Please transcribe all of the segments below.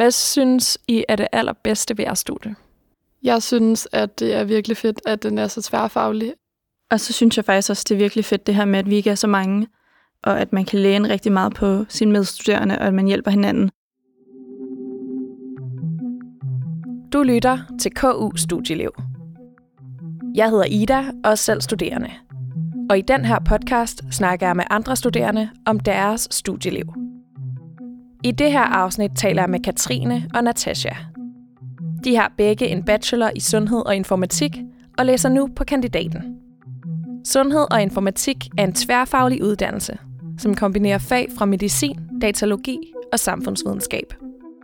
Hvad synes I er det allerbedste ved jeres studie? Jeg synes, at det er virkelig fedt, at den er så tværfaglig. Og så synes jeg faktisk også, det er virkelig fedt det her med, at vi ikke er så mange, og at man kan læne rigtig meget på sine medstuderende, og at man hjælper hinanden. Du lytter til KU Studieliv. Jeg hedder Ida og er selv studerende. Og i den her podcast snakker jeg med andre studerende om deres studieliv. I det her afsnit taler jeg med Katrine og Natasha. De har begge en bachelor i sundhed og informatik og læser nu på kandidaten. Sundhed og informatik er en tværfaglig uddannelse, som kombinerer fag fra medicin, datalogi og samfundsvidenskab.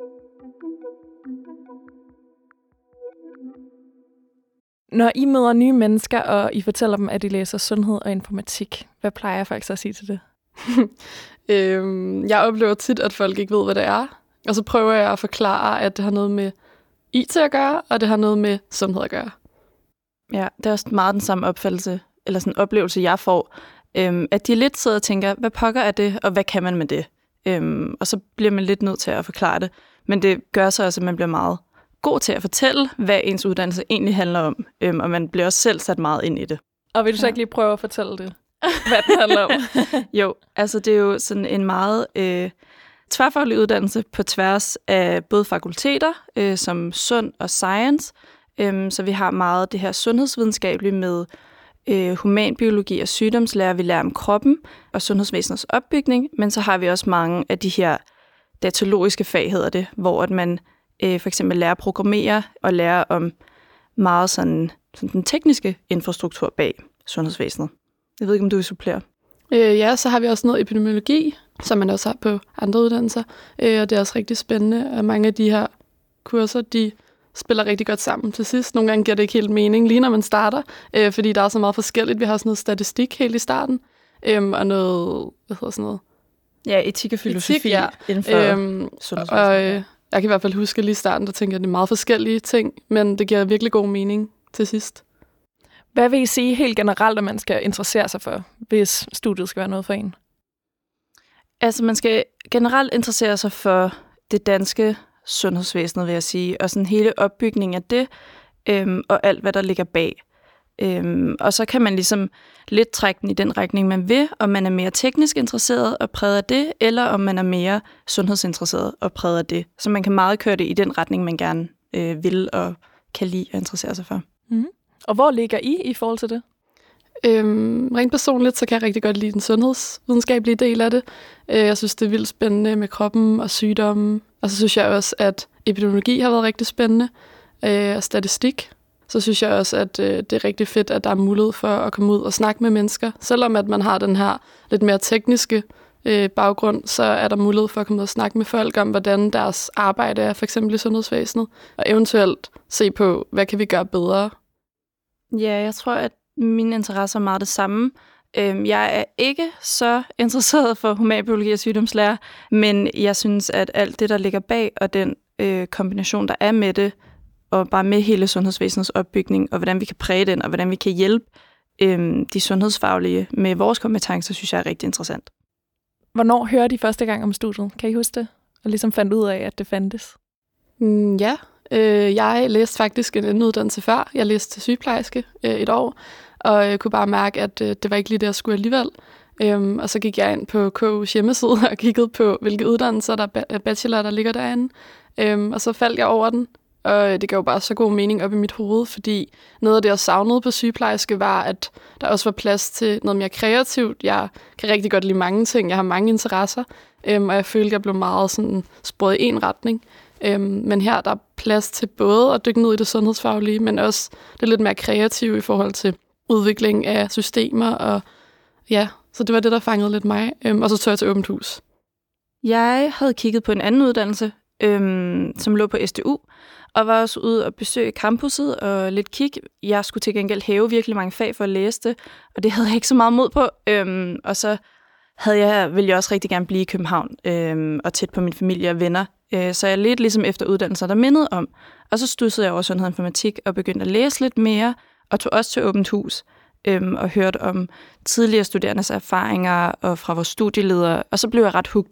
Når I møder nye mennesker, og I fortæller dem, at I læser sundhed og informatik, hvad plejer jeg faktisk at sige til det? Jeg oplever tit, at folk ikke ved, hvad det er. Og så prøver jeg at forklare, at det har noget med IT at gøre, og det har noget med sundhed at gøre. Ja, det er også meget den samme opfattelse, eller sådan en oplevelse, jeg får, at de lidt sidder og tænker, hvad pokker er det, og hvad kan man med det? Og så bliver man lidt nødt til at forklare det. Men det gør så også, at man bliver meget god til at fortælle, hvad ens uddannelse egentlig handler om, og man bliver også selv sat meget ind i det. Og vil du så ikke lige prøve at fortælle det, hvad det handler om? Jo, altså det er jo sådan en meget tværfaglig uddannelse på tværs af både fakulteter, som sund og science, så vi har meget det her sundhedsvidenskabelige med humanbiologi og sygdomslære, vi lærer om kroppen og sundhedsvæsenets opbygning, men så har vi også mange af de her datalogiske fag, hedder det, hvor at man for eksempel lærer at programmere og lærer om meget sådan den tekniske infrastruktur bag sundhedsvæsenet. Jeg ved ikke, om du vil supplere. Ja, så har vi også noget epidemiologi, som man også har på andre uddannelser, og det er også rigtig spændende, at mange af de her kurser, de spiller rigtig godt sammen til sidst. Nogle gange giver det ikke helt mening, lige når man starter, fordi der er så meget forskelligt. Vi har også noget statistik helt i starten, og noget, hvad hedder sådan noget? Ja, etik og filosofi inden for sundhedsvæsenet. Og jeg kan i hvert fald huske lige i starten, der tænker jeg, at det er meget forskellige ting, men det giver virkelig god mening til sidst. Hvad vil I sige helt generelt, at man skal interessere sig for, hvis studiet skal være noget for en? Altså, man skal generelt interessere sig for det danske sundhedsvæsen, vil jeg sige, og sådan hele opbygningen af det, og alt, hvad der ligger bag. Og så kan man ligesom lidt trække den i den retning, man vil, om man er mere teknisk interesseret og præget af det, eller om man er mere sundhedsinteresseret og præget af det. Så man kan meget køre det i den retning, man gerne vil og kan lide og interessere sig for. Mm. Og hvor ligger I forhold til det? Rent personligt, så kan jeg rigtig godt lide den sundhedsvidenskabelige del af det. Jeg synes, det er vildt spændende med kroppen og sygdomme. Og så synes jeg også, at epidemiologi har været rigtig spændende. Og statistik. Så synes jeg også, at det er rigtig fedt, at der er mulighed for at komme ud og snakke med mennesker. Selvom at man har den her lidt mere tekniske baggrund, så er der mulighed for at komme ud og snakke med folk om, hvordan deres arbejde er, for eksempel i sundhedsvæsenet. Og eventuelt se på, hvad kan vi gøre bedre. Ja, jeg tror, at mine interesser er meget det samme. Jeg er ikke så interesseret for humanbiologi og sygdomslære, men jeg synes, at alt det, der ligger bag, og den kombination, der er med det, og bare med hele sundhedsvæsenets opbygning, og hvordan vi kan præge den, og hvordan vi kan hjælpe de sundhedsfaglige med vores kompetencer, synes jeg er rigtig interessant. Hvornår hørte I første gang om studiet? Kan I huske det? Og ligesom fandt ud af, at det fandtes? Ja, jeg læste faktisk en anden uddannelse før. Jeg læste til sygeplejerske et år, og jeg kunne bare mærke, at det var ikke lige det, jeg skulle alligevel. Og så gik jeg ind på KU's hjemmeside og kiggede på, hvilke uddannelser der er bachelor, der ligger derinde. Og så faldt jeg over den, og det gav jo bare så god mening op i mit hoved, fordi noget af det, jeg savnede på sygeplejerske, var, at der også var plads til noget mere kreativt. Jeg kan rigtig godt lide mange ting, jeg har mange interesser, og jeg følte, at jeg blev meget sådan sporet i en retning. Men her der er plads til både at dykke ned i det sundhedsfaglige, men også det lidt mere kreative i forhold til udvikling af systemer. Og ja, så det var det, der fangede lidt mig. Og så tog jeg til Åbent Hus. Jeg havde kigget på en anden uddannelse, som lå på SDU, og var også ude og besøge campusset og lidt kig. Jeg skulle til gengæld hæve virkelig mange fag for at læse det, og det havde jeg ikke så meget mod på. Og så ville jeg også rigtig gerne blive i København og tæt på min familie og venner. Så jeg ledte ligesom efter uddannelser, der mindede om. Og så studsede jeg over sundhed og informatik og begyndte at læse lidt mere, og tog også til Åbent Hus og hørte om tidligere studerendes erfaringer og fra vores studieledere. Og så blev jeg ret hooked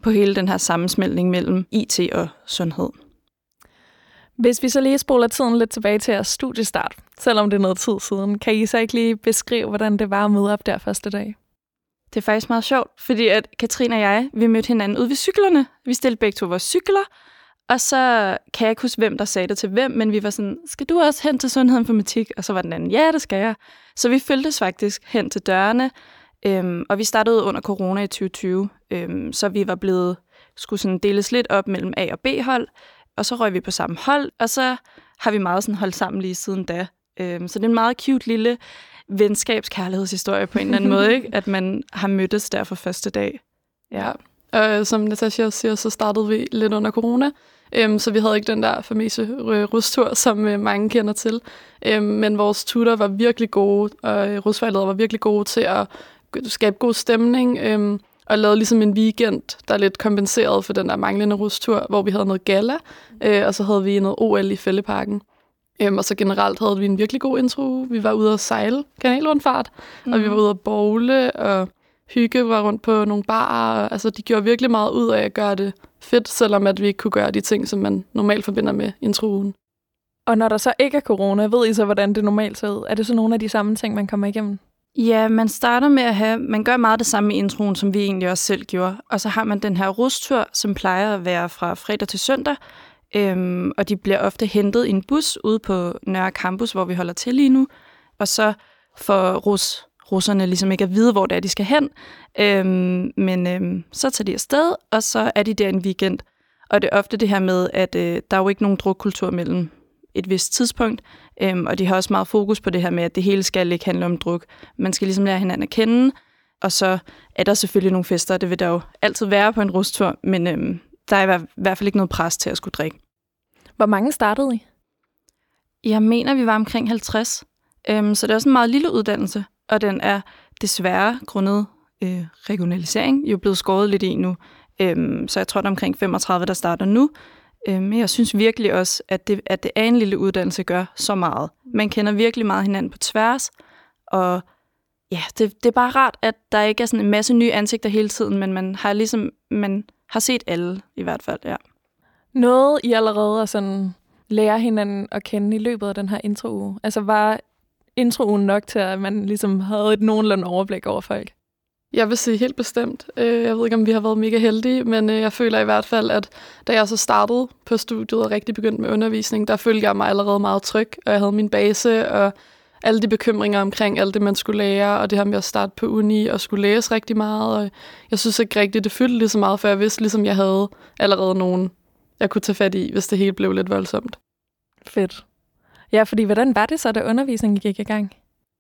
på hele den her sammensmeltning mellem IT og sundhed. Hvis vi så lige spoler tiden lidt tilbage til jeres studiestart, selvom det er noget tid siden, kan I så ikke lige beskrive, hvordan det var at møde op der første dag? Det er faktisk meget sjovt, fordi at Katrine og jeg, vi mødte hinanden ude ved cyklerne. Vi stillede begge to vores cykler, og så kan jeg ikke huske, hvem der sagde det til hvem, men vi var sådan, skal du også hen til sundhed og informatik? Og så var den anden, ja, det skal jeg. Så vi føltes faktisk hen til dørene, og vi startede under corona i 2020, så vi var skulle sådan deles lidt op mellem A- og B-hold, og så røg vi på samme hold, og så har vi meget sådan holdt sammen lige siden da. Så det er en meget cute lille venskabskærlighedshistorie på en eller anden måde, ikke? At man har mødtes der for første dag. Ja. Som Natasha siger, så startede vi lidt under corona, så vi havde ikke den der famøse rustur, som mange kender til. Men vores tutor var virkelig gode, og rusvejledere var virkelig gode til at skabe god stemning, og lavede ligesom en weekend, der lidt kompenseret for den der manglende rustur, hvor vi havde noget gala, og så havde vi noget OL i Fælleparken. Og så generelt havde vi en virkelig god intro. Vi var ude at sejle kanalrundfart, og vi var ude at bowle, og hygge var rundt på nogle barer. Altså, de gjorde virkelig meget ud af at gøre det fedt, selvom at vi ikke kunne gøre de ting, som man normalt forbinder med introen. Og når der så ikke er corona, ved I så, hvordan det normalt ser ud? Er det så nogle af de samme ting, man kommer igennem? Ja, man starter med man gør meget det samme i introen, som vi egentlig også selv gjorde. Og så har man den her rustur, som plejer at være fra fredag til søndag, og de bliver ofte hentet i en bus ude på Nørre Campus, hvor vi holder til lige nu. Og så får russerne ligesom ikke at vide, hvor det er, de skal hen. Men så tager de afsted, og så er de der en weekend. Og det er ofte det her med, at der er jo ikke nogen drukkultur mellem et vist tidspunkt. Og de har også meget fokus på det her med, at det hele skal ikke handle om druk. Man skal ligesom lære hinanden at kende. Og så er der selvfølgelig nogle fester, det vil der jo altid være på en rustur, men der er i hvert fald ikke noget pres til at skulle drikke. Hvor mange startede I? Jeg mener, vi var omkring 50. Så det er også en meget lille uddannelse, og den er desværre grundet regionalisering jo blevet skåret lidt i nu. Så jeg tror, der er omkring 35, der starter nu. Men jeg synes virkelig også, at det er en lille uddannelse gør så meget. Man kender virkelig meget hinanden på tværs, og ja, det er bare rart, at der ikke er sådan en masse nye ansigter hele tiden, men man har set alle i hvert fald, ja. Noget I allerede at sådan lære hinanden at kende i løbet af den her introuge? Altså var introugen nok til, at man ligesom havde et nogenlunde overblik over folk? Jeg vil sige helt bestemt. Jeg ved ikke, om vi har været mega heldige, men jeg føler i hvert fald, at da jeg så startede på studiet og rigtig begyndte med undervisning, der følte jeg mig allerede meget tryg, og jeg havde min base, og alle de bekymringer omkring alt det, man skulle lære, og det her med at starte på uni og skulle læse rigtig meget. Og jeg synes ikke rigtigt, det fyldte lige så meget, for jeg vidste, ligesom jeg havde allerede nogen, jeg kunne tage fat i, hvis det hele blev lidt voldsomt. Fedt. Ja, fordi hvordan var det så, da undervisningen gik i gang?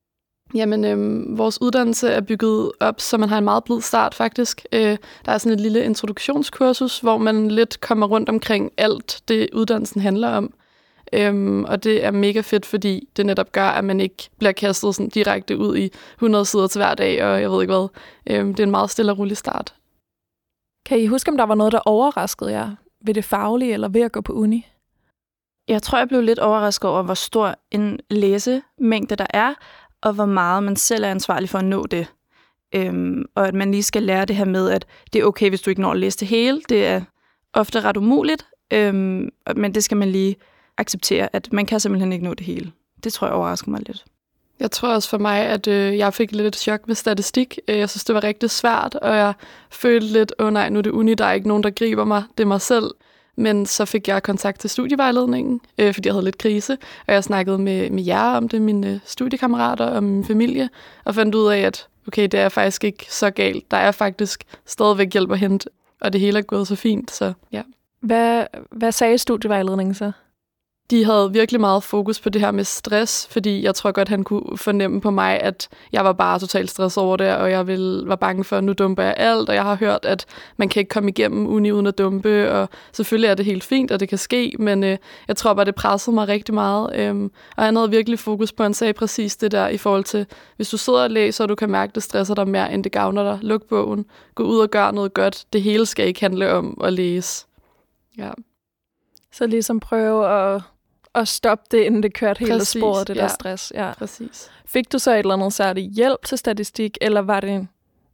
Jamen, vores uddannelse er bygget op, så man har en meget blid start faktisk. Der er sådan et lille introduktionskursus, hvor man lidt kommer rundt omkring alt det, uddannelsen handler om. Og det er mega fedt, fordi det netop gør, at man ikke bliver kastet sådan direkte ud i 100 sider til hver dag, og jeg ved ikke hvad. Det er en meget stille og rolig start. Kan I huske, om der var noget, der overraskede jer ved det faglige eller ved at gå på uni? Jeg tror, jeg blev lidt overrasket over, hvor stor en læsemængde der er, og hvor meget man selv er ansvarlig for at nå det. Og at man lige skal lære det her med, at det er okay, hvis du ikke når at læse det hele. Det er ofte ret umuligt, men det skal man lige acceptere, at man kan simpelthen ikke nå det hele. Det tror jeg overrasker mig lidt. Jeg tror også for mig, at jeg fik lidt et chok ved statistik. Jeg synes, det var rigtig svært, og jeg følte lidt, nej, nu er det uni, der er ikke nogen, der griber mig. Det er mig selv. Men så fik jeg kontakt til studievejledningen, fordi jeg havde lidt krise, og jeg snakkede med jer om det, mine studiekammerater og min familie, og fandt ud af, at okay, det er faktisk ikke så galt. Der er faktisk stadigvæk hjælp at hente, og det hele er gået så fint, så ja. Hvad sagde studievejledningen så? De havde virkelig meget fokus på det her med stress, fordi jeg tror godt, han kunne fornemme på mig, at jeg var bare totalt stresset over det, og jeg var bange for, at nu dumper jeg alt, og jeg har hørt, at man kan ikke komme igennem uni uden at dumpe, og selvfølgelig er det helt fint, og det kan ske, men jeg tror bare, det pressede mig rigtig meget, og han havde virkelig fokus på, at han sagde præcis det der i forhold til, hvis du sidder og læser, og du kan mærke, at det stresser dig mere, end det gavner dig, luk bogen, gå ud og gør noget godt, det hele skal ikke handle om at læse. Ja. Så ligesom prøve at stoppe det, inden det kørte hele sporet, det der ja. stress. Ja, præcis. Fik du så et eller andet særligt hjælp til statistik, eller var det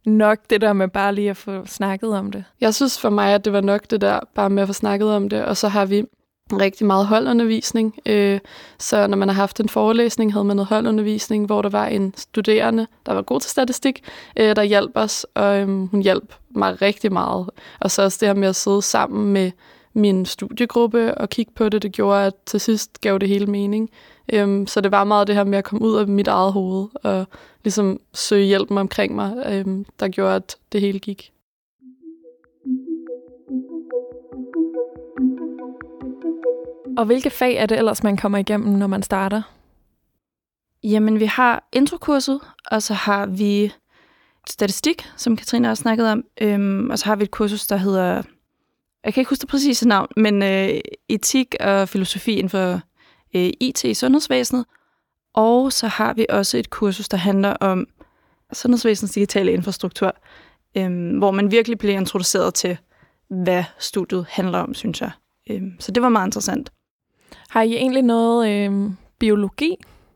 nok, det der med bare lige at få snakket om det? Jeg synes for mig, at det var nok det der, bare med at få snakket om det. Og så har vi rigtig meget holdundervisning. Så når man har haft en forelæsning, havde man noget holdundervisning, hvor der var en studerende, der var god til statistik, der hjalp os, og hun hjalp mig rigtig meget. Og så også det her med at sidde sammen med min studiegruppe og kigge på det, det gjorde, at til sidst gav det hele mening. Så det var meget det her med at komme ud af mit eget hoved og ligesom søge hjælpen omkring mig, der gjorde, at det hele gik. Og hvilke fag er det ellers, man kommer igennem, når man starter? Jamen, vi har introkurset, og så har vi statistik, som Katrine også snakkede om, og så har vi et kursus, der hedder, jeg kan ikke huske det præcise navn, men etik og filosofi inden for IT i sundhedsvæsenet. Og så har vi også et kursus, der handler om sundhedsvæsenets digitale infrastruktur, hvor man virkelig bliver introduceret til, hvad studiet handler om, synes jeg. Så det var meget interessant. Har I egentlig noget biologi?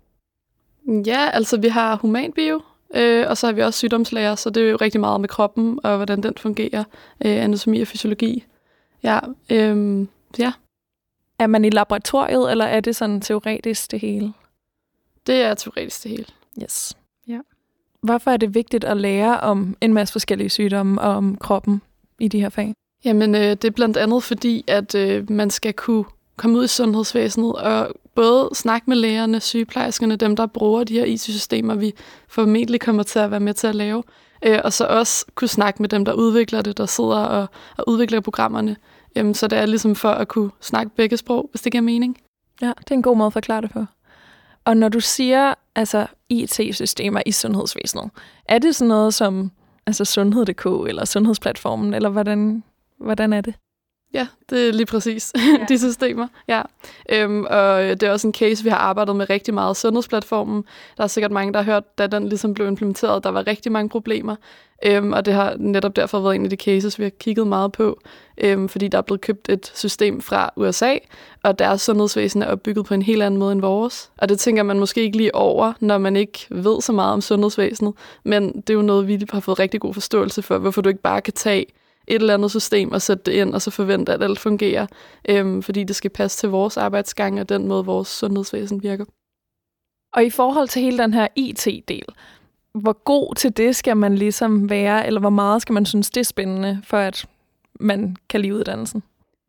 Ja, altså vi har humanbio, og så har vi også sygdomslære, så det er jo rigtig meget med kroppen og hvordan den fungerer, anatomi og fysiologi. Ja, ja. Er man i laboratoriet, eller er det sådan teoretisk det hele? Det er teoretisk det hele. Yes. Ja. Hvorfor er det vigtigt at lære om en masse forskellige sygdomme og om kroppen i de her fag? Jamen, det er blandt andet fordi, at man skal kunne komme ud i sundhedsvæsenet og både snakke med lægerne, sygeplejerskerne, dem der bruger de her IT-systemer, vi formentlig kommer til at være med til at lave, og så også kunne snakke med dem, der udvikler det, der sidder og udvikler programmerne. Så det er ligesom for at kunne snakke begge sprog, hvis det giver mening. Ja, det er en god måde at forklare det på. Og når du siger altså IT-systemer i sundhedsvæsenet, er det sådan noget som altså sundhed.dk eller sundhedsplatformen, eller hvordan er det? Ja, det er lige præcis de systemer. Ja. Og det er også en case, vi har arbejdet med rigtig meget. Sundhedsplatformen, der er sikkert mange, der har hørt, da den ligesom blev implementeret, der var rigtig mange problemer. Og det har netop derfor været en af de cases, vi har kigget meget på, fordi der er blevet købt et system fra USA, og deres sundhedsvæsen er opbygget på en helt anden måde end vores. Og det tænker man måske ikke lige over, når man ikke ved så meget om sundhedsvæsenet, men det er jo noget, vi har fået rigtig god forståelse for, hvorfor du ikke bare kan tage et eller andet system og sætte det ind, og så forvente, at alt fungerer, fordi det skal passe til vores arbejdsgang og den måde, vores sundhedsvæsen virker. Og i forhold til hele den her IT-del, hvor god til det skal man ligesom være, eller hvor meget skal man synes, det er spændende, for at man kan lide uddannelsen?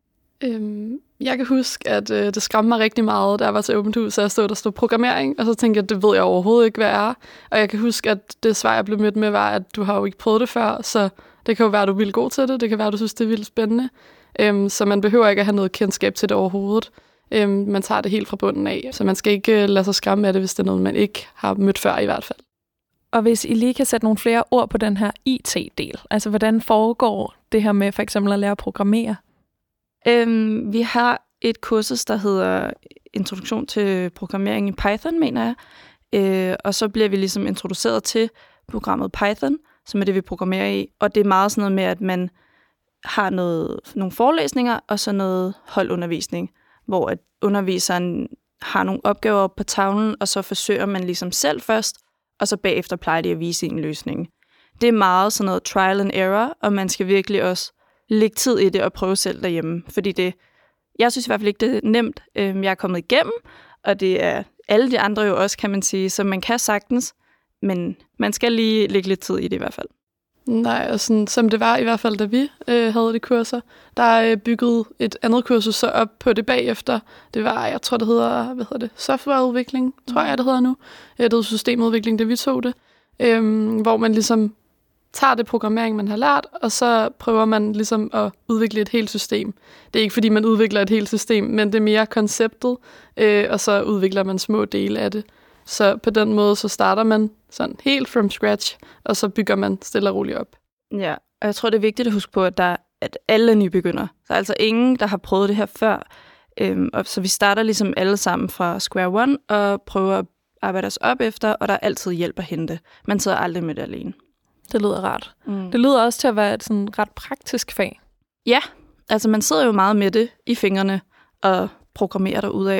Jeg kan huske, at det skræmte mig rigtig meget, da jeg var til åbent hus, og der stod programmering, og så tænkte jeg, at det ved jeg overhovedet ikke, hvad er. Og jeg kan huske, at det svar, jeg blev mødt med, var, at du har jo ikke prøvet det før, så det kan jo være, at du er vildt god til det. Det kan være, at du synes, det er vildt spændende. Så man behøver ikke at have noget kendskab til det overhovedet. Man tager det helt fra bunden af, så man skal ikke lade sig skræmme af det, hvis det er noget, man ikke har mødt før i hvert fald. Og hvis I lige kan sætte nogle flere ord på den her IT-del, altså hvordan foregår det her med for eksempel at lære at programmere? Vi har et kursus, der hedder Introduktion til programmering i Python, mener jeg. Og så bliver vi ligesom introduceret til programmet Python, som er det, vi programmerer i. Og det er meget sådan noget med, at man har nogle forelæsninger og så noget holdundervisning, hvor at underviseren har nogle opgaver op på tavlen, og så forsøger man ligesom selv først, og så bagefter plejer de at vise en løsning. Det er meget sådan noget trial and error, og man skal virkelig også lægge tid i det og prøve selv derhjemme. Fordi jeg synes i hvert fald ikke, det er nemt. Jeg er kommet igennem, og det er alle de andre jo også, kan man sige. Så man kan sagtens, men man skal lige lægge lidt tid i det i hvert fald. Nej, og sådan, som det var i hvert fald, da vi havde de kurser, der byggede et andet kursus så op på det bagefter. Det var, jeg tror, det hedder, softwareudvikling, tror jeg, det hedder nu. Det hedder systemudvikling, da vi tog det. Hvor man ligesom tager det programmering, man har lært, og så prøver man ligesom at udvikle et helt system. Det er ikke, fordi man udvikler et helt system, men det er mere konceptet, og så udvikler man små dele af det. Så på den måde, så starter man sådan helt from scratch, og så bygger man stille og roligt op. Ja, og jeg tror, det er vigtigt at huske på, at alle er nybegynder. Der er altså ingen, der har prøvet det her før. Og så vi starter ligesom alle sammen fra square one, og prøver at arbejde os op efter, og der er altid hjælp at hente. Man sidder aldrig med det alene. Det lyder rart. Det lyder også til at være et sådan ret praktisk fag. Ja, altså man sidder jo meget med det i fingrene og programmerer derudad.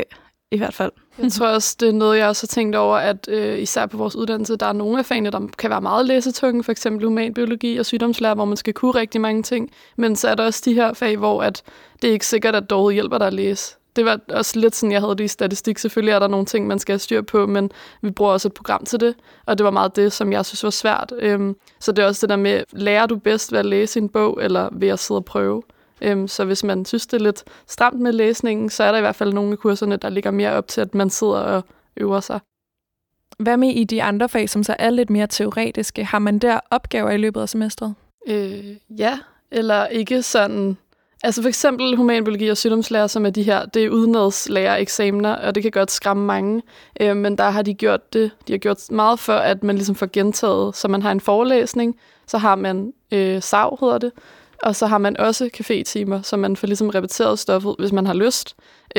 i hvert fald. Jeg tror også, det er noget, jeg også har tænkt over, at især på vores uddannelse, der er nogle af fagene, der kan være meget læsetunge, for eksempel humanbiologi og sygdomslære, hvor man skal kunne rigtig mange ting. Men så er der også de her fag, hvor at det er ikke sikkert, at det hjælper dig at læse. Det var også lidt sådan, jeg havde det i statistik. Selvfølgelig er der nogle ting, man skal have styr på, men vi bruger også et program til det, og det var meget det, som jeg synes var svært. Så det er også det der med, lærer du bedst ved at læse en bog, eller ved at sidde og prøve? Så hvis man synes, det er lidt stramt med læsningen, så er der i hvert fald nogle af kurserne, der ligger mere op til, at man sidder og øver sig. Hvad med i de andre fag, som så er lidt mere teoretiske? Har man der opgaver i løbet af semestret? Ja, eller ikke sådan. Altså for eksempel humanbiologi og sygdomslære, som er de her, det er udenadslærereksamener, og det kan godt skræmme mange. Men der har de gjort det. De har gjort meget for, at man ligesom får gentaget. Så man har en forelæsning, så har man SAV, hedder det, og så har man også café-timer, så man får ligesom repeteret stoffet, hvis man har lyst.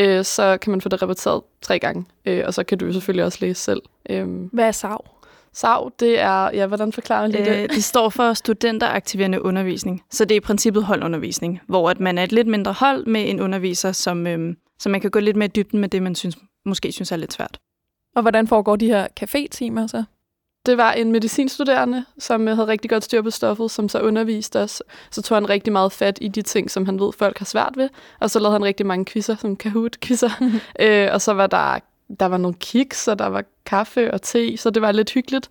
Så kan man få det repeteret 3 gange, og så kan du selvfølgelig også læse selv. Hvad er SAV? SAV, det er, ja, hvordan forklarer man det? Det står for studenteraktiverende undervisning, så det er i princippet holdundervisning, hvor at man er et lidt mindre hold med en underviser, som man kan gå lidt mere i dybden med det, man måske synes er lidt svært. Og hvordan foregår de her café-timer så? Det var en medicinstuderende, som havde rigtig godt styr på stoffet, som så underviste os. Så tog han rigtig meget fat i de ting, som han ved, folk har svært ved. Og så lavede han rigtig mange quizzer, som Kahoot-quizzer. Og så var der var nogle kiks, og der var kaffe og te, så det var lidt hyggeligt.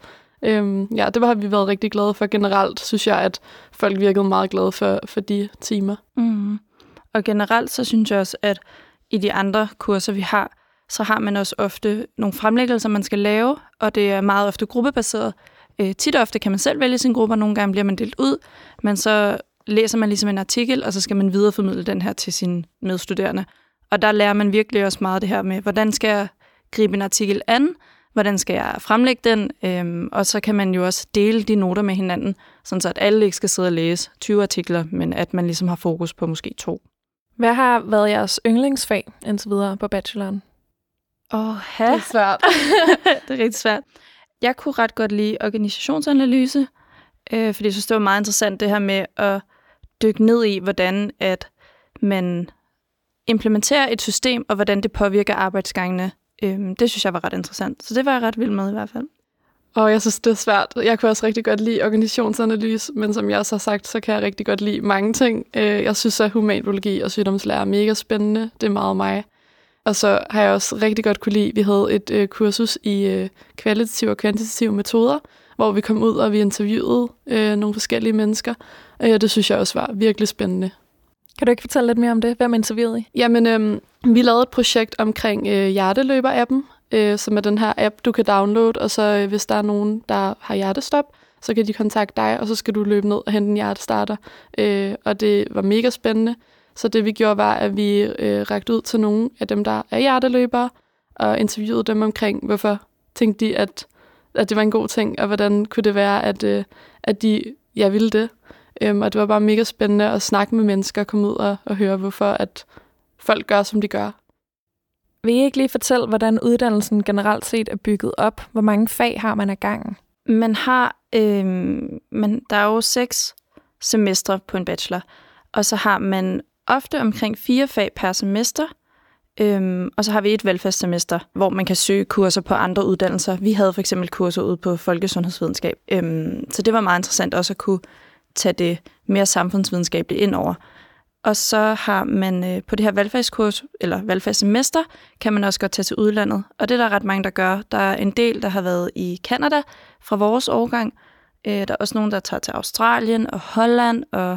Ja, det har vi været rigtig glade for. Generelt synes jeg, at folk virkede meget glade for de timer. Mm. Og generelt så synes jeg også, at i de andre kurser, vi har, så har man også ofte nogle fremlæggelser, man skal lave, og det er meget ofte gruppebaseret. Tit og ofte kan man selv vælge sin gruppe, og nogle gange bliver man delt ud, men så læser man ligesom en artikel, og så skal man videreformidle den her til sine medstuderende. Og der lærer man virkelig også meget det her med, hvordan skal jeg gribe en artikel an, hvordan skal jeg fremlægge den, og så kan man jo også dele de noter med hinanden, sådan så at alle ikke skal sidde og læse 20 artikler, men at man ligesom har fokus på måske 2. Hvad har været jeres yndlingsfag indtil videre på bacheloren? Det er svært. Det er rigtig svært. Jeg kunne ret godt lide organisationsanalyse, fordi jeg synes, det var meget interessant det her med at dykke ned i, hvordan at man implementerer et system, og hvordan det påvirker arbejdsgangene. Det synes jeg var ret interessant. Så det var jeg ret vild med i hvert fald. Og jeg synes, det er svært. Jeg kunne også rigtig godt lide organisationsanalyse, men som jeg også har sagt, så kan jeg rigtig godt lide mange ting. Jeg synes, at humanbiologi og sygdomslære er mega spændende. Det er meget mig. Og så har jeg også rigtig godt kunne lide, vi havde et kursus i kvalitative og kvantitative metoder, hvor vi kom ud, og vi interviewede nogle forskellige mennesker. Det synes jeg også var virkelig spændende. Kan du ikke fortælle lidt mere om det? Hvem interviewede I? Jamen, vi lavede et projekt omkring hjerteløber-appen, som er den her app, du kan downloade, og så hvis der er nogen, der har hjertestop, så kan de kontakte dig, og så skal du løbe ned og hente en hjertestarter. Og det var mega spændende. Så det vi gjorde var, at vi rakte ud til nogle af dem, der er hjerteløbere, og interviewede dem omkring, hvorfor tænkte de, at det var en god ting, og hvordan kunne det være, at de ville det. Og det var bare mega spændende at snakke med mennesker og komme ud og høre, hvorfor at folk gør, som de gør. Vil I ikke lige fortælle, hvordan uddannelsen generelt set er bygget op? Hvor mange fag har man ad gangen? Man har, der er jo 6 semestre på en bachelor, og så har man ofte omkring 4 fag per semester, og så har vi et valgfagssemester, hvor man kan søge kurser på andre uddannelser. Vi havde for eksempel kurser ude på folkesundhedsvidenskab, så det var meget interessant også at kunne tage det mere samfundsvidenskabeligt ind over. Og så har man på det her valgfagskurs, eller valgfagssemester, kan man også godt tage til udlandet. Og det er der ret mange, der gør. Der er en del, der har været i Canada fra vores årgang. Der er også nogen, der tager til Australien og Holland og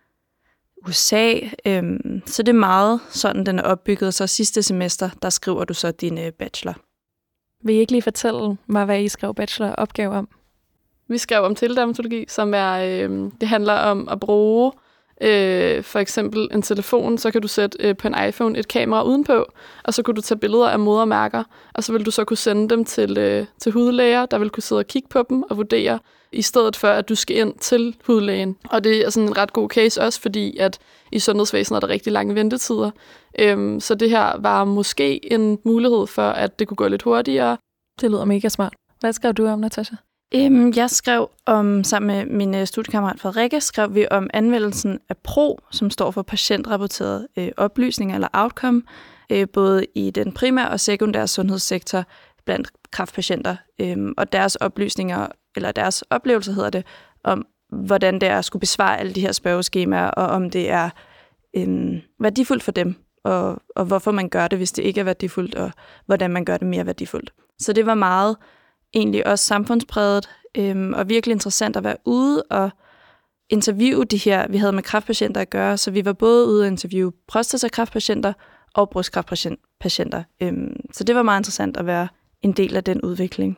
USA. Så det er meget sådan, den er opbygget. Så sidste semester, der skriver du så din bachelor. Vil I ikke lige fortælle mig, hvad I skrev bacheloropgave om? Vi skrev om teledermatologi, som er, det handler om at bruge for eksempel en telefon, så kan du sætte på en iPhone et kamera udenpå, og så kan du tage billeder af modermærker, og så vil du så kunne sende dem til hudlæger, der vil kunne sidde og kigge på dem og vurdere, i stedet for, at du skal ind til hudlægen. Og det er sådan en ret god case også, fordi at i sundhedsvæsenet er der rigtig lange ventetider. Så det her var måske en mulighed for, at det kunne gå lidt hurtigere. Det lyder mega smart. Hvad skrev du om, Natasha? Jeg skrev sammen med min studiekammerat Frederikke, skrev vi om anvendelsen af PRO, som står for patientrapporterede oplysninger eller outcome, både i den primære og sekundære sundhedssektor blandt kræftpatienter, og deres oplysninger, eller deres oplevelser hedder det, om hvordan det er at skulle besvare alle de her spørgeskemaer, og om det er værdifuldt for dem, og hvorfor man gør det, hvis det ikke er værdifuldt, og hvordan man gør det mere værdifuldt. Så det var meget egentlig også samfundspræget, og virkelig interessant at være ude og interviewe de her, vi havde med kræftpatienter at gøre, så vi var både ude og interviewe prostatakræftpatienter og brystkræftpatienter. Så det var meget interessant at være en del af den udvikling.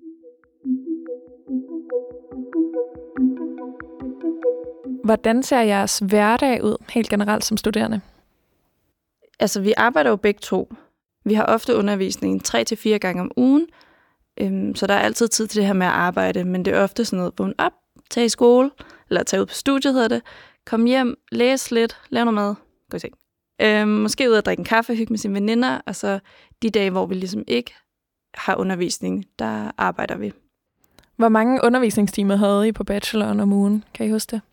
Hvordan ser jeres hverdag ud helt generelt som studerende? Altså, vi arbejder jo begge to. Vi har ofte undervisning 3-4 gange om ugen, så der er altid tid til det her med at arbejde, men det er ofte sådan noget, vågne op, tage i skole, eller tage ud på studiet hedder det, komme hjem, læse lidt, lave noget mad, gå i seng. Måske ud og drikke en kaffe, hygge med sine veninder, og så de dage, hvor vi ligesom ikke har undervisning, der arbejder vi. Hvor mange undervisningstimer havde I på bacheloren om ugen? Kan I huske det?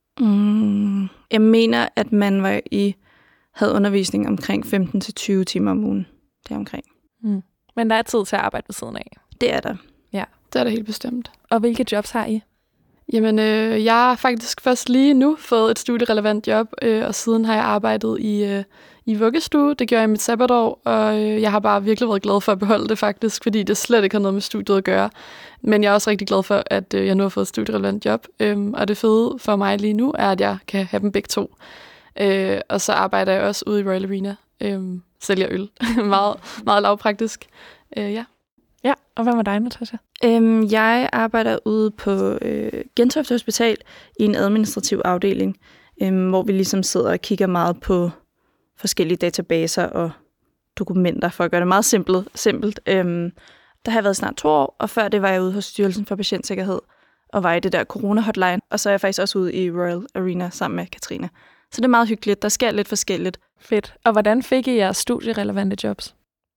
Jeg mener, at man havde undervisning omkring 15-20 timer om ugen. Det er omkring. Men der er tid til at arbejde ved siden af. Det er der. Ja, Det er da helt bestemt. Og hvilke jobs har I? Jamen, jeg har faktisk først lige nu fået et studierelevant job, og siden har jeg arbejdet i vuggestue. Det gjorde jeg i mit sabbatår, og jeg har bare virkelig været glad for at beholde det faktisk, fordi det slet ikke har noget med studiet at gøre. Men jeg er også rigtig glad for, at jeg nu har fået et studierelevant job, og det fede for mig lige nu er, at jeg kan have dem begge to. Og så arbejder jeg også ude i Royal Arena, sælger øl. meget, meget lavpraktisk. Ja. Ja, og hvad med dig, Natasha? Jeg arbejder ude på Gentofte Hospital i en administrativ afdeling, hvor vi ligesom sidder og kigger meget på forskellige databaser og dokumenter, for at gøre det meget simpelt. Der har jeg været snart 2 år, og før det var jeg ude hos Styrelsen for Patientsikkerhed og var i det der corona-hotline, og så er jeg faktisk også ude i Royal Arena sammen med Katrine. Så det er meget hyggeligt. Der sker lidt forskelligt. Fedt. Og hvordan fik I jeres studierelevante jobs?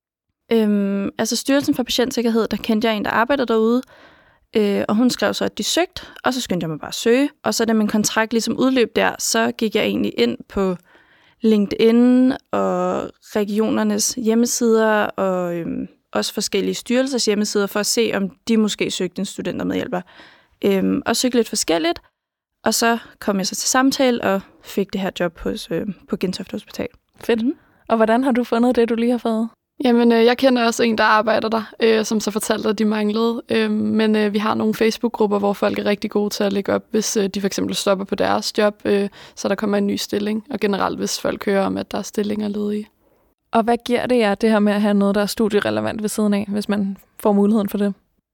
Altså Styrelsen for Patientsikkerhed, der kendte jeg en, der arbejder derude, og hun skrev så, at de søgte, og så skyndte jeg mig bare at søge. Og så da min kontrakt ligesom udløb der, så gik jeg egentlig ind på LinkedIn og regionernes hjemmesider og også forskellige styrelsers hjemmesider for at se, om de måske søgte en studentermedhjælper. Og søgte lidt forskelligt, og så kom jeg så til samtale og fik det her job på Gentofte Hospital. Fedt. Og hvordan har du fundet det, du lige har fået? Jamen, jeg kender også en, der arbejder der, som så fortalte, at de manglede. Men vi har nogle Facebook-grupper, hvor folk er rigtig gode til at lægge op, hvis de for eksempel stopper på deres job, så der kommer en ny stilling. Og generelt, hvis folk hører om, at der er stillinger ledige. Og hvad giver det jer, det her med at have noget, der er studierelevant ved siden af, hvis man får muligheden for det?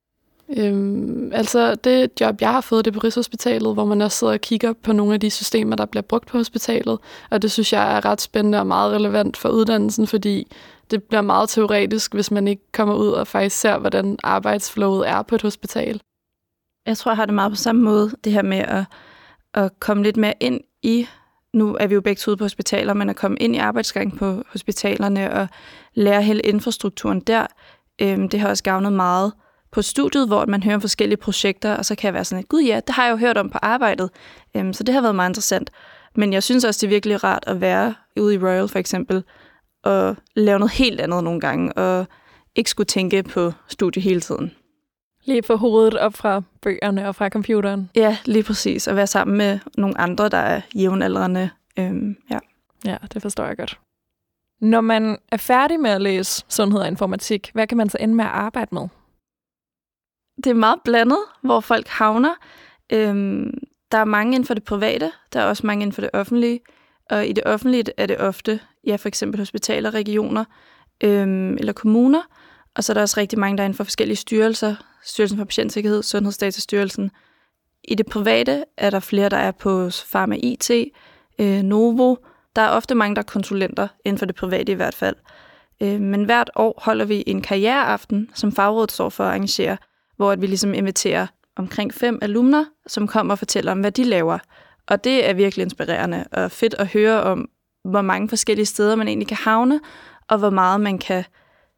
Altså det job, jeg har fået, det på Rigshospitalet, hvor man også sidder og kigger på nogle af de systemer, der bliver brugt på hospitalet. Og det synes jeg er ret spændende og meget relevant for uddannelsen, fordi det bliver meget teoretisk, hvis man ikke kommer ud og faktisk ser, hvordan arbejdsflowet er på et hospital. Jeg tror, jeg har det meget på samme måde, det her med at komme lidt mere ind i, nu er vi jo begge to ude på hospitaler, men at komme ind i arbejdsgangen på hospitalerne og lære hele infrastrukturen der, det har også gavnet meget på studiet, hvor man hører om forskellige projekter, og så kan jeg være sådan, gud ja, det har jeg jo hørt om på arbejdet. Så det har været meget interessant. Men jeg synes også, det er virkelig rart at være ude i Royal for eksempel, og lave noget helt andet nogle gange, og ikke skulle tænke på studie hele tiden. Lige få hovedet op fra bøgerne og fra computeren. Ja, lige præcis. At være sammen med nogle andre, der er jævnaldrende. Ja, det forstår jeg godt. Når man er færdig med at læse sundhed og informatik, hvad kan man så ende med at arbejde med? Det er meget blandet, hvor folk havner. Der er mange inden for det private, der er også mange inden for det offentlige. Og i det offentlige er det ofte, for eksempel hospitaler, regioner eller kommuner. Og så er der også rigtig mange, der er inden for forskellige styrelser. Styrelsen for Patientsikkerhed, Sundhedsdatastyrelsen. I det private er der flere, der er på Pharma IT, Novo. Der er ofte mange, der er konsulenter inden for det private i hvert fald. Men hvert år holder vi en karriereaften, som fagrådet står for at arrangere, hvor vi ligesom inviterer omkring 5 alumner, som kommer og fortæller om, hvad de laver. Og det er virkelig inspirerende og fedt at høre om, hvor mange forskellige steder man egentlig kan havne, og hvor meget man kan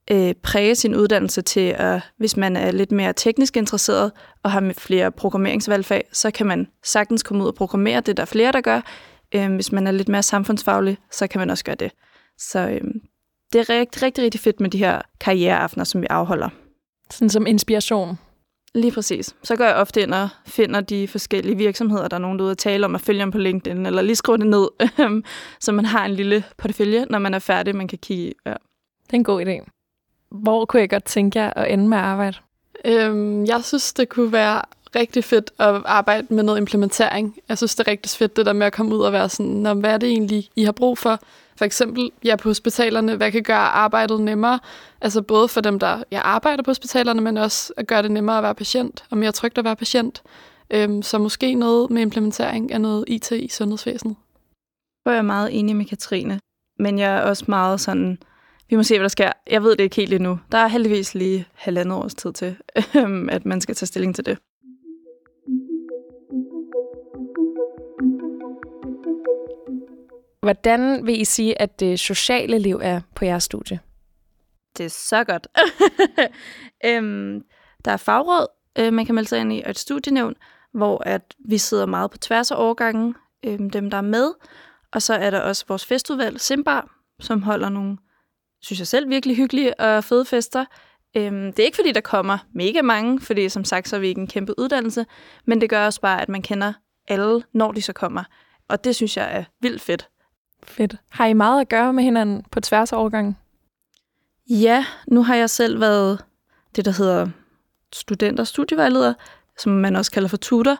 præge sin uddannelse til, at hvis man er lidt mere teknisk interesseret og har flere programmeringsvalgfag, så kan man sagtens komme ud og programmere. Det er der flere, der gør. Hvis man er lidt mere samfundsfaglig, så kan man også gøre det. Så det er rigtig, rigtig, rigtig fedt med de her karriereaftener, som vi afholder. Sådan som inspiration. Lige præcis. Så går jeg ofte ind og finder de forskellige virksomheder, der er nogen, der er ude at tale om, at følge dem på LinkedIn, eller lige skrive det ned, så man har en lille portefølje, når man er færdig, man kan kigge i. Ja. Det er en god idé. Hvor kunne jeg godt tænke jer at ende med at arbejde? Jeg synes, det kunne være rigtig fedt at arbejde med noget implementering. Jeg synes, det er rigtig fedt, det der med at komme ud og være sådan, hvad er det egentlig, I har brug for? For eksempel, på hospitalerne, hvad kan gøre arbejdet nemmere? Altså både for dem, der arbejder på hospitalerne, men også at gøre det nemmere at være patient, og mere trygt at være patient. Så måske noget med implementering af noget IT i sundhedsvæsenet. Jeg er meget enig med Katrine, men jeg er også meget sådan, vi må se, hvad der sker. Jeg ved det ikke helt endnu. Der er heldigvis lige 1,5 års tid til, at man skal tage stilling til det. Hvordan vil I sige, at det sociale liv er på jeres studie? Det er så godt. Der er fagråd, man kan melde sig ind i, og et studienævn, hvor at vi sidder meget på tværs af årgangen, dem der er med. Og så er der også vores festudvalg, Simbar, som holder nogle, synes jeg selv, virkelig hyggelige og fede fester. Det er ikke fordi, der kommer mega mange, fordi som sagt, så er vi ikke en kæmpe uddannelse, men det gør også bare, at man kender alle, når de så kommer. Og det synes jeg er vildt fedt. Fedt. Har I meget at gøre med hinanden på tværs af årgangen? Ja, nu har jeg selv været det, der hedder student- og studievejleder, som man også kalder for tutor,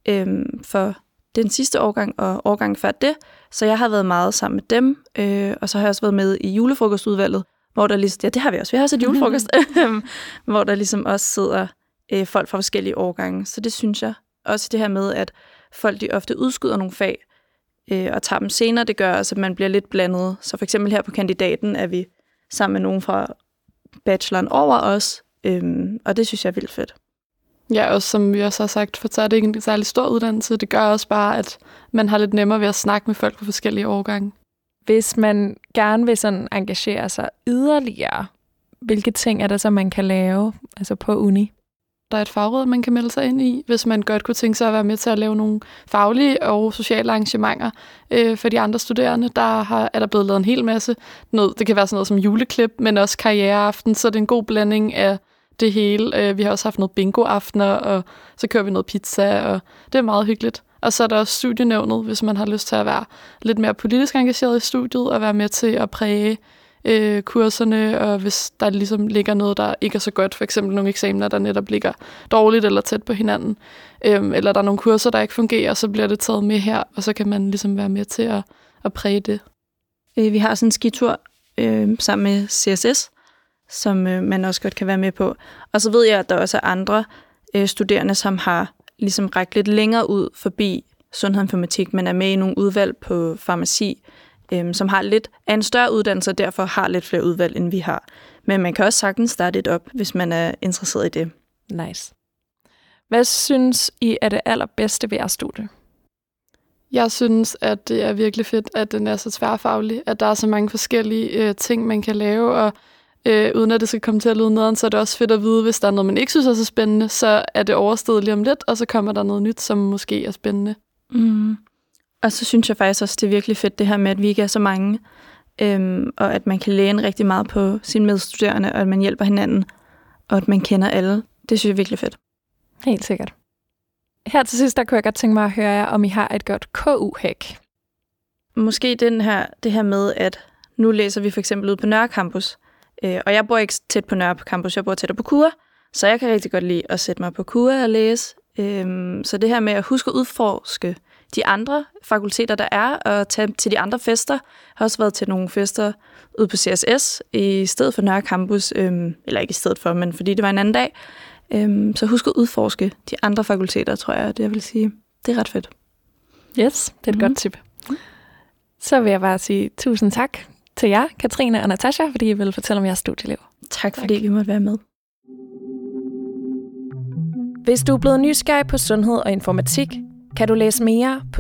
for den sidste årgang og årgangen før det. Så jeg har været meget sammen med dem, og så har jeg også været med i julefrokostudvalget, hvor der ligesom, ja, det har vi også. Vi har også et julefrokost, hvor der ligesom også sidder folk fra forskellige årgange. Så det synes jeg. Også det her med, at folk de ofte udskyder nogle fag, og tager dem senere, det gør også, at man bliver lidt blandet. Så for eksempel her på kandidaten er vi sammen med nogen fra bacheloren over os, og det synes jeg er vildt fedt. Ja, og som vi også har sagt, for så er det ikke en særlig stor uddannelse. Det gør også bare, at man har lidt nemmere ved at snakke med folk på forskellige årgange. Hvis man gerne vil sådan engagere sig yderligere, hvilke ting er der så, man kan lave altså på uni? Der er et fagråd, man kan melde sig ind i, hvis man godt kunne tænke sig at være med til at lave nogle faglige og sociale arrangementer for de andre studerende. Er der blevet lavet en hel masse. Det kan være sådan noget som juleklip, men også karriereaften, så det er en god blanding af det hele. Vi har også haft noget bingo-aftener, og så kører vi noget pizza, og det er meget hyggeligt. Og så er der også studienævnet, hvis man har lyst til at være lidt mere politisk engageret i studiet, og være med til at præge kurserne, og hvis der ligesom ligger noget, der ikke er så godt, for eksempel nogle eksamener, der netop ligger dårligt eller tæt på hinanden, eller der er nogle kurser, der ikke fungerer, så bliver det taget med her, og så kan man ligesom være med til at præge det. Vi har sådan en skitur sammen med CSS, som man også godt kan være med på. Og så ved jeg, at der også er andre studerende, som har ligesom rækket lidt længere ud forbi sundhedsinformatik, men er med i nogle udvalg på farmaci, som har lidt af en større uddannelse, og derfor har lidt flere udvalg, end vi har. Men man kan også sagtens starte det op, hvis man er interesseret i det. Nice. Hvad synes I er det allerbedste ved jeres studie? Jeg synes, at det er virkelig fedt, at den er så tværfaglig, at der er så mange forskellige ting, man kan lave, og uden at det skal komme til at lyde nederen, så er det også fedt at vide, hvis der er noget, man ikke synes er så spændende, så er det overstået lige om lidt, og så kommer der noget nyt, som måske er spændende. Mm. Og så synes jeg faktisk også, det er virkelig fedt det her med, at vi ikke er så mange, og at man kan læne rigtig meget på sine medstuderende, og at man hjælper hinanden, og at man kender alle. Det synes jeg er virkelig fedt. Helt sikkert. Her til sidst, der kunne jeg godt tænke mig at høre jer, om I har et godt KU-hack. Måske det her med, at nu læser vi for eksempel ud på Nørre Campus, og jeg bor ikke tæt på Nørre Campus, jeg bor tættere på KUA, så jeg kan rigtig godt lide at sætte mig på KUA og læse. Så det her med at huske at udforske de andre fakulteter, der er, og tage til de andre fester. Jeg har også været til nogle fester ude på CSS i stedet for Nørre Campus, eller ikke i stedet for, men fordi det var en anden dag. Så husk at udforske de andre fakulteter, tror jeg, det jeg vil sige. Det er ret fedt. Yes, det er et godt tip. Så vil jeg bare sige tusind tak til jer, Katrine og Natasha, fordi I ville fortælle om jeres studieliv. Tak fordi vi måtte være med. Hvis du er blevet nysgerrig på sundhed og informatik, kan du læse mere på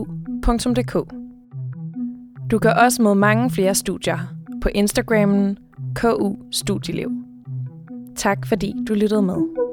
studier.ku.dk. Du kan også møde mange flere studier på Instagrammen KU Studieliv. Tak fordi du lyttede med.